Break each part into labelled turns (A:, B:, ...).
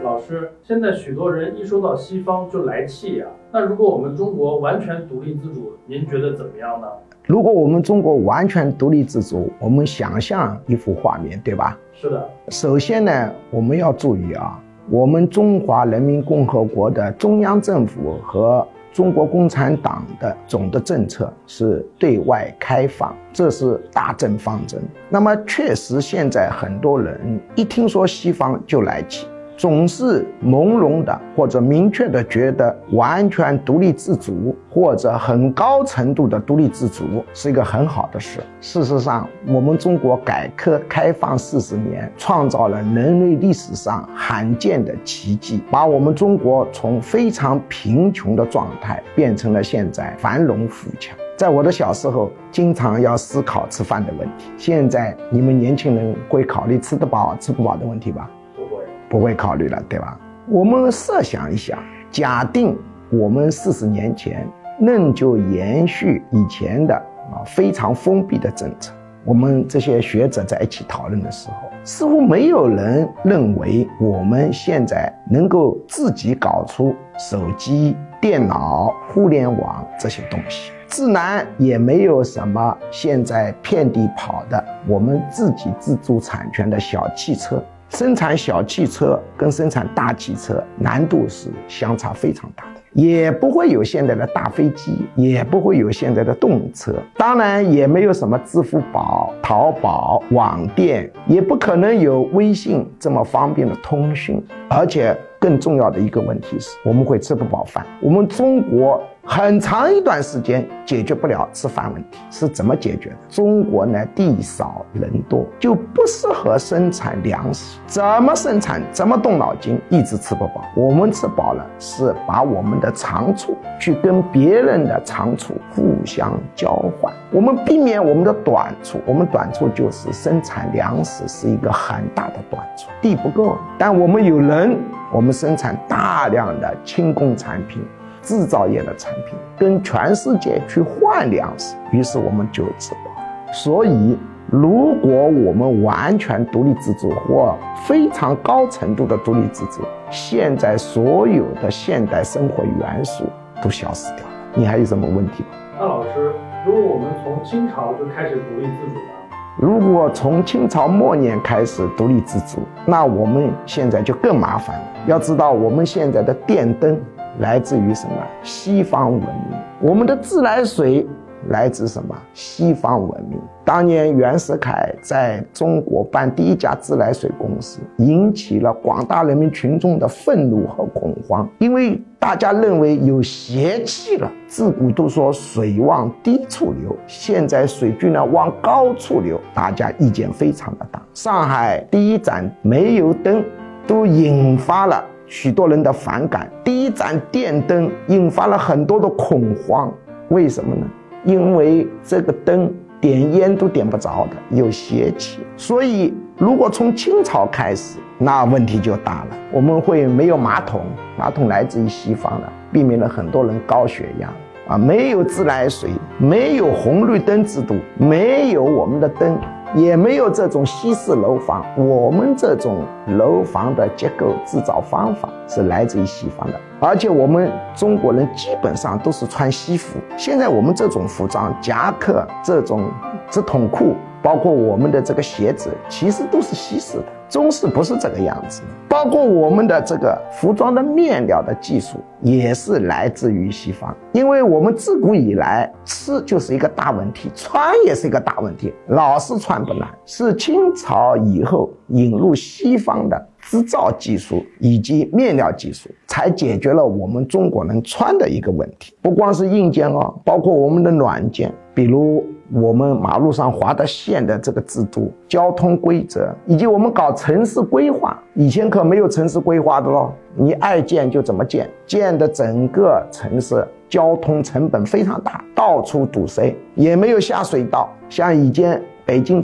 A: 老师，现在许多人一说到西方就来气呀。那如果我们中国完全独立自主，您觉得怎么样呢？
B: 如果我们中国完全独立自主，我们想象一幅画面，对吧？
A: 是的。
B: 首先呢，我们要注意我们中华人民共和国的中央政府和中国共产党的总的政策是对外开放，这是大政方针。那么确实现在很多人一听说西方就来气，总是朦胧的或者明确的觉得完全独立自主或者很高程度的独立自主是一个很好的事。事实上，我们中国改革开放40年，创造了人类历史上罕见的奇迹，把我们中国从非常贫穷的状态变成了现在繁荣富强。在我的小时候，经常要思考吃饭的问题，现在你们年轻人会考虑吃得饱吃不饱的问题吧？不会考虑了，对吧？我们设想一下，假定我们40年前仍旧延续以前的非常封闭的政策，我们这些学者在一起讨论的时候，似乎没有人认为我们现在能够自己搞出手机、电脑、互联网这些东西，自然也没有什么现在遍地跑的我们自给自足产权的小汽车。生产小汽车跟生产大汽车难度是相差非常大的，也不会有现在的大飞机，也不会有现在的动车，当然也没有什么支付宝、淘宝、网店，也不可能有微信这么方便的通讯。而且更重要的一个问题是，我们会吃不饱饭。我们中国很长一段时间解决不了吃饭问题，是怎么解决的？中国呢，地少人多，就不适合生产粮食，怎么生产怎么动脑筋，一直吃不饱。我们吃饱了，是把我们的长处去跟别人的长处互相交换，我们避免我们的短处。我们短处就是生产粮食是一个很大的短处，地不够，但我们有人，我们生产大量的轻工产品、制造业的产品，跟全世界去换粮食，于是我们就吃饱了。所以如果我们完全独立自主或非常高程度的独立自主，现在所有的现代生活元素都消失掉了。你还有什么问题吗？
A: 那老师，如果我们从清朝就开始独立自主呢？
B: 如果从清朝末年开始独立自主，那我们现在就更麻烦了。要知道，我们现在的电灯来自于什么？西方文明。我们的自来水来自什么？西方文明。当年袁世凯在中国办第一家自来水公司，引起了广大人民群众的愤怒和恐慌，因为大家认为有邪气了。自古都说水往低处流，现在水军呢往高处流，大家意见非常的大。上海第一盏煤油灯都引发了许多人的反感，第一盏电灯引发了很多的恐慌。为什么呢？因为这个灯点烟都点不着的，有邪气。所以如果从清朝开始，那问题就大了。我们会没有马桶，马桶来自于西方的，避免了很多人高血压没有自来水，没有红绿灯制度，没有我们的灯，也没有这种西式楼房。我们这种楼房的结构制造方法是来自于西方的，而且我们中国人基本上都是穿西服。现在我们这种服装，夹克、这种直筒裤，包括我们的这个鞋子，其实都是西式的，中式不是这个样子。包括我们的这个服装的面料的技术也是来自于西方。因为我们自古以来吃就是一个大问题，穿也是一个大问题，老是穿不烂。是清朝以后引入西方的织造技术以及面料技术，才解决了我们中国人穿的一个问题。不光是硬件包括我们的软件，比如我们马路上划的线的这个制度、交通规则，以及我们搞城市规划。以前可没有城市规划的咯，你爱建就怎么建，建的整个城市交通成本非常大，到处堵塞，也没有下水道。像以前北京城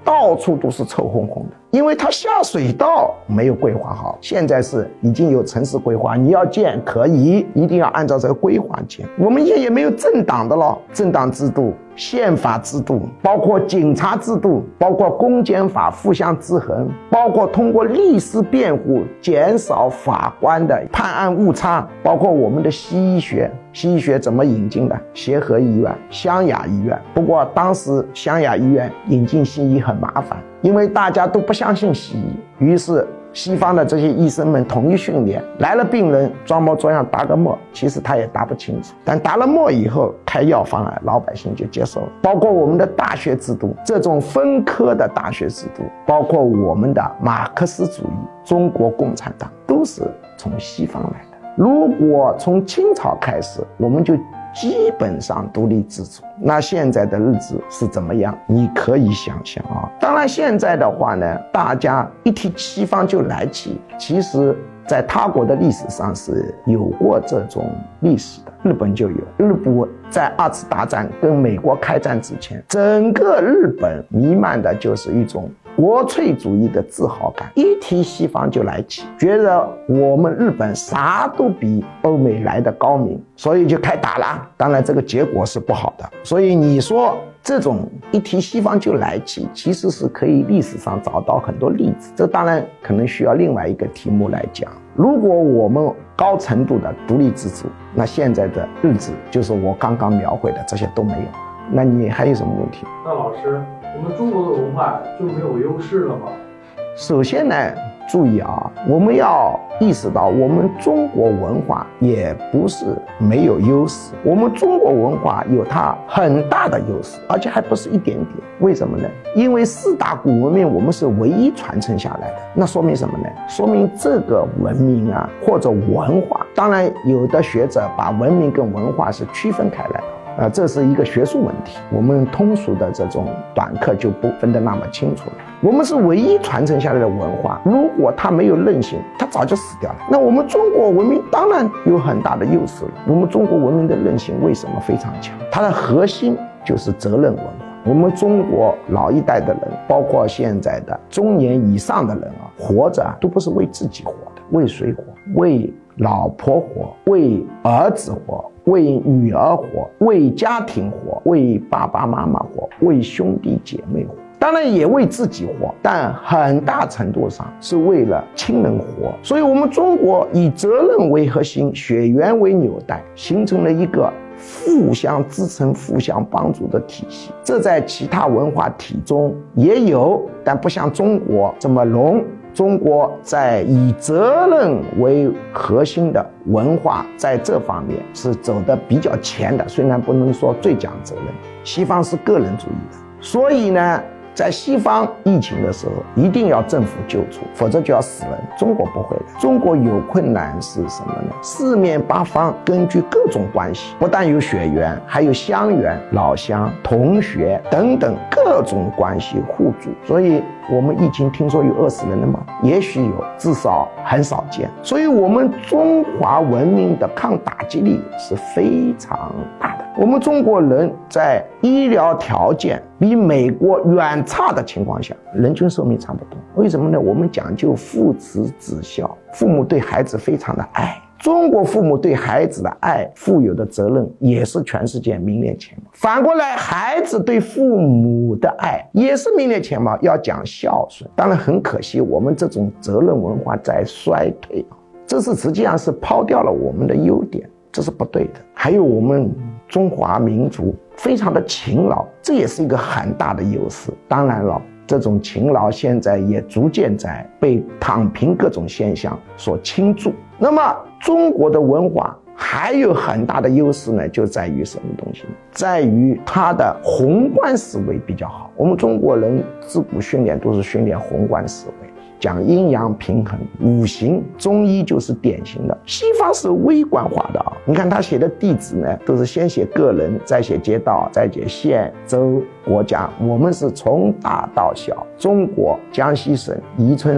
B: 到处都是臭烘烘的，因为它下水道没有规划好。现在是已经有城市规划，你要建可以，一定要按照这个规划建。我们也没有政党的了，政党制度、宪法制度，包括警察制度，包括公检法互相制衡，包括通过律师辩护减少法官的判案误差，包括我们的西医学。西医学怎么引进的？协和医院、湘雅医院。不过当时湘雅医院引进西医很麻烦，因为大家都不相信西医，于是西方的这些医生们统一训练，来了病人装模作样答个默，其实他也答不清楚，但答了默以后开药方案，老百姓就接受了。包括我们的大学制度，这种分科的大学制度，包括我们的马克思主义、中国共产党，都是从西方来的。如果从清朝开始，我们就基本上独立自主，那现在的日子是怎么样？你可以想象啊。当然现在的话呢，大家一提西方就来气，其实在他国的历史上是有过这种历史的，日本就有。日本在2次大战跟美国开战之前，整个日本弥漫的就是一种国粹主义的自豪感，一提西方就来气，觉得我们日本啥都比欧美来的高明，所以就开打了。当然这个结果是不好的，所以你说这种一提西方就来气，其实是可以历史上找到很多例子，这当然可能需要另外一个题目来讲。如果我们高程度的独立自主，那现在的日子就是我刚刚描绘的这些都没有，那你还有什么问题？
A: 那老师，我们中国的文化就没有优势了吗？
B: 首先呢，注意啊，我们要意识到我们中国文化也不是没有优势，我们中国文化有它很大的优势，而且还不是一点点。为什么呢？因为4大古文明我们是唯一传承下来的，那说明什么呢？说明这个文明啊，或者文化，当然有的学者把文明跟文化是区分开来的，这是一个学术问题，我们通俗的这种短课就不分得那么清楚了。我们是唯一传承下来的文化，如果它没有韧性，它早就死掉了。那我们中国文明当然有很大的优势了。我们中国文明的韧性为什么非常强？它的核心就是责任文化。我们中国老一代的人，包括现在的中年以上的人啊，活着都不是为自己活的，为谁活？为老婆活，为儿子活，为女儿活，为家庭活，为爸爸妈妈活，为兄弟姐妹活，当然也为自己活，但很大程度上是为了亲人活。所以我们中国以责任为核心，血缘为纽带，形成了一个互相支撑、互相帮助的体系。这在其他文化体中也有，但不像中国这么浓。中国在以责任为核心的文化，在这方面是走得比较前的，虽然不能说最讲责任。西方是个人主义的，所以呢，在西方疫情的时候一定要政府救助，否则就要死人。中国不会的，中国有困难是什么呢？四面八方根据各种关系，不但有血缘，还有乡缘、老乡、同学等等各种关系互助。所以我们疫情听说有饿死人了吗？也许有，至少很少见。所以我们中华文明的抗打击力是非常大的。我们中国人在医疗条件比美国远差的情况下，人均寿命差不多。为什么呢？我们讲究父慈子孝，父母对孩子非常的爱。中国父母对孩子的爱、负有的责任也是全世界名列前茅。反过来，孩子对父母的爱也是名列前茅，要讲孝顺。当然很可惜，我们这种责任文化在衰退，这是实际上是抛掉了我们的优点，这是不对的。还有我们中华民族非常的勤劳，这也是一个很大的优势。当然了，这种勤劳现在也逐渐在被躺平各种现象所倾注。那么中国的文化还有很大的优势呢，就在于什么东西呢？在于它的宏观思维比较好。我们中国人自古训练都是训练宏观思维，讲阴阳平衡、五行，中医就是典型的。西方是微观化的啊，你看他写的地址呢，都是先写个人，再写街道，再写县、州、国家。我们是从大到小。中国江西省宜春市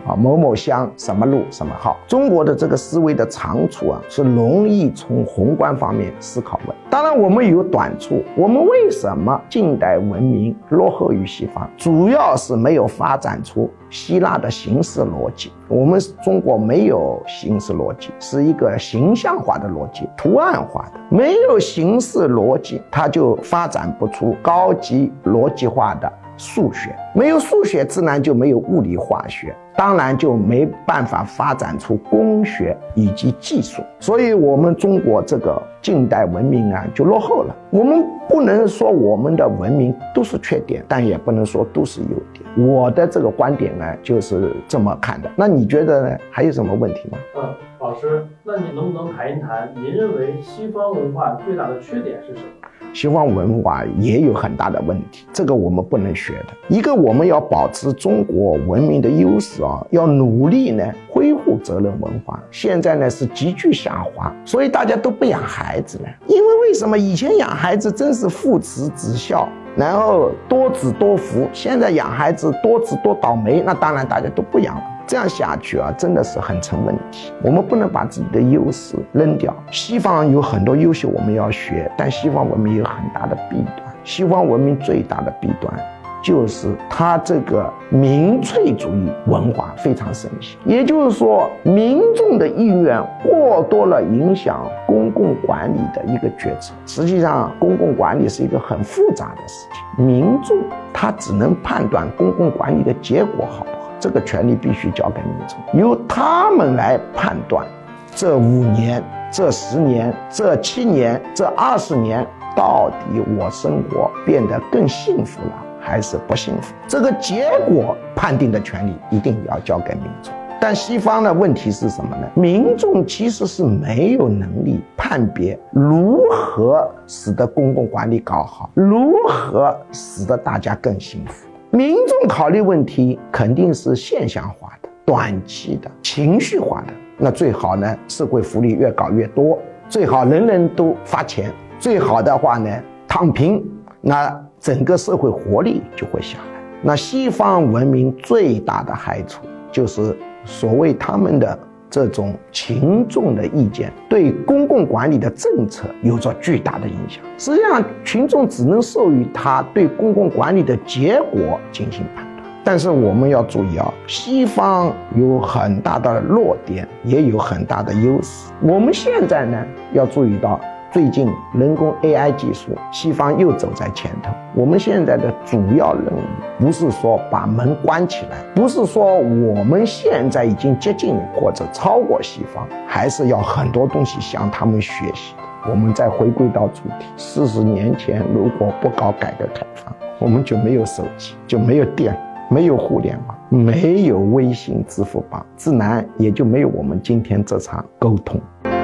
B: 啊，某某乡什么路什么号。中国的这个思维的长处啊，是容易从宏观方面思考问题。当然我们有短处，我们为什么近代文明落后于西方？主要是没有发展出希腊的形式逻辑。我们中国没有形式逻辑，是一个形象化的逻辑，图案化的。没有形式逻辑，它就发展不出高级逻辑化的数学，没有数学自然就没有物理化学，当然就没办法发展出工学以及技术。所以我们中国这个近代文明啊就落后了。我们不能说我们的文明都是缺点，但也不能说都是优点。我的这个观点呢就是这么看的。那你觉得呢？还有什么问题吗？
A: 老师，那你能不能谈一谈您认为西方文化最大的缺点是什么？
B: 西方文化也有很大的问题，这个我们不能学的。一个，我们要保持中国文明的优势啊，要努力呢恢复责任文化。现在呢是急剧下滑，所以大家都不养孩子了。因为什么？以前养孩子真是父慈子孝，然后多子多福，现在养孩子多子多倒霉，那当然大家都不养了。这样下去啊，真的是很成问题。我们不能把自己的优势扔掉。西方有很多优秀我们要学，但西方文明有很大的弊端。西方文明最大的弊端就是它这个民粹主义文化非常盛行，也就是说民众的意愿过多了影响公共管理的一个决策。实际上公共管理是一个很复杂的事情，民众他只能判断公共管理的结果好不好，这个权利必须交给民众，由他们来判断这5年、这10年、这7年、这20年到底我生活变得更幸福了还是不幸福。这个结果判定的权利一定要交给民众。但西方的问题是什么呢？民众其实是没有能力判别如何使得公共管理搞好，如何使得大家更幸福。民众考虑问题肯定是现象化的、短期的、情绪化的。那最好呢，社会福利越搞越多，最好人人都发钱，最好的话呢，躺平，那整个社会活力就会下来。那西方文明最大的害处就是所谓他们的这种群众的意见对公共管理的政策有着巨大的影响。实际上群众只能受于他对公共管理的结果进行判断。但是我们要注意啊，西方有很大的弱点，也有很大的优势。我们现在呢要注意到，最近人工 AI 技术，西方又走在前头。我们现在的主要任务不是说把门关起来，不是说我们现在已经接近或者超过西方，还是要很多东西向他们学习的。我们再回归到主题，40年前如果不搞改革开放，我们就没有手机，就没有电，没有互联网，没有微信、支付宝，自然也就没有我们今天这场沟通。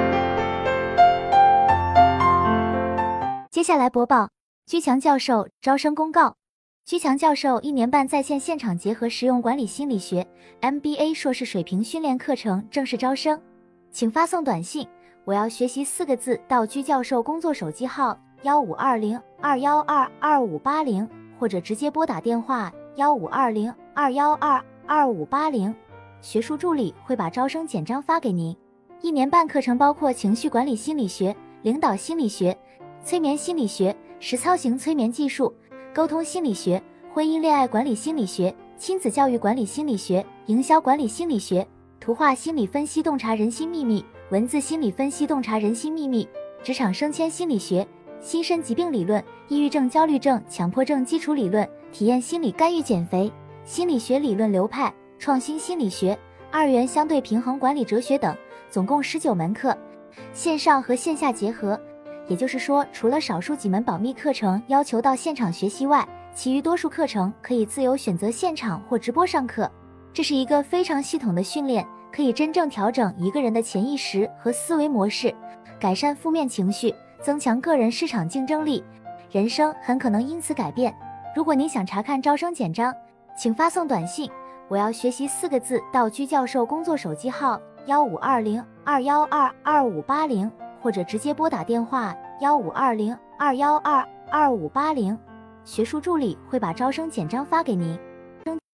C: 接下来播报居强教授招生公告。居强教授1年半在线现场结合实用管理心理学 MBA 硕士水平训练课程正式招生，请发送短信我要学习4个字到居教授工作手机号152021222580，或者直接拨打电话152021222580，学术助理会把招生简章发给您。1年半课程包括情绪管理心理学、领导心理学、催眠心理学、实操型催眠技术、沟通心理学、婚姻恋爱管理心理学、亲子教育管理心理学、营销管理心理学、图画心理分析洞察人心秘密、文字心理分析洞察人心秘密、职场升迁心理学、心身疾病理论、抑郁症、焦虑症、强迫症基础理论、体验心理干预减肥、心理学理论流派、创新心理学、2元相对平衡管理哲学等，总共19门课，线上和线下结合。也就是说，除了少数几门保密课程要求到现场学习外，其余多数课程可以自由选择现场或直播上课。这是一个非常系统的训练，可以真正调整一个人的潜意识和思维模式，改善负面情绪，增强个人市场竞争力，人生很可能因此改变。如果您想查看招生简章，请发送短信我要学习4个字到居教授工作手机号152021222580，或者直接拨打电话152021222580，学术助理会把招生简章发给您。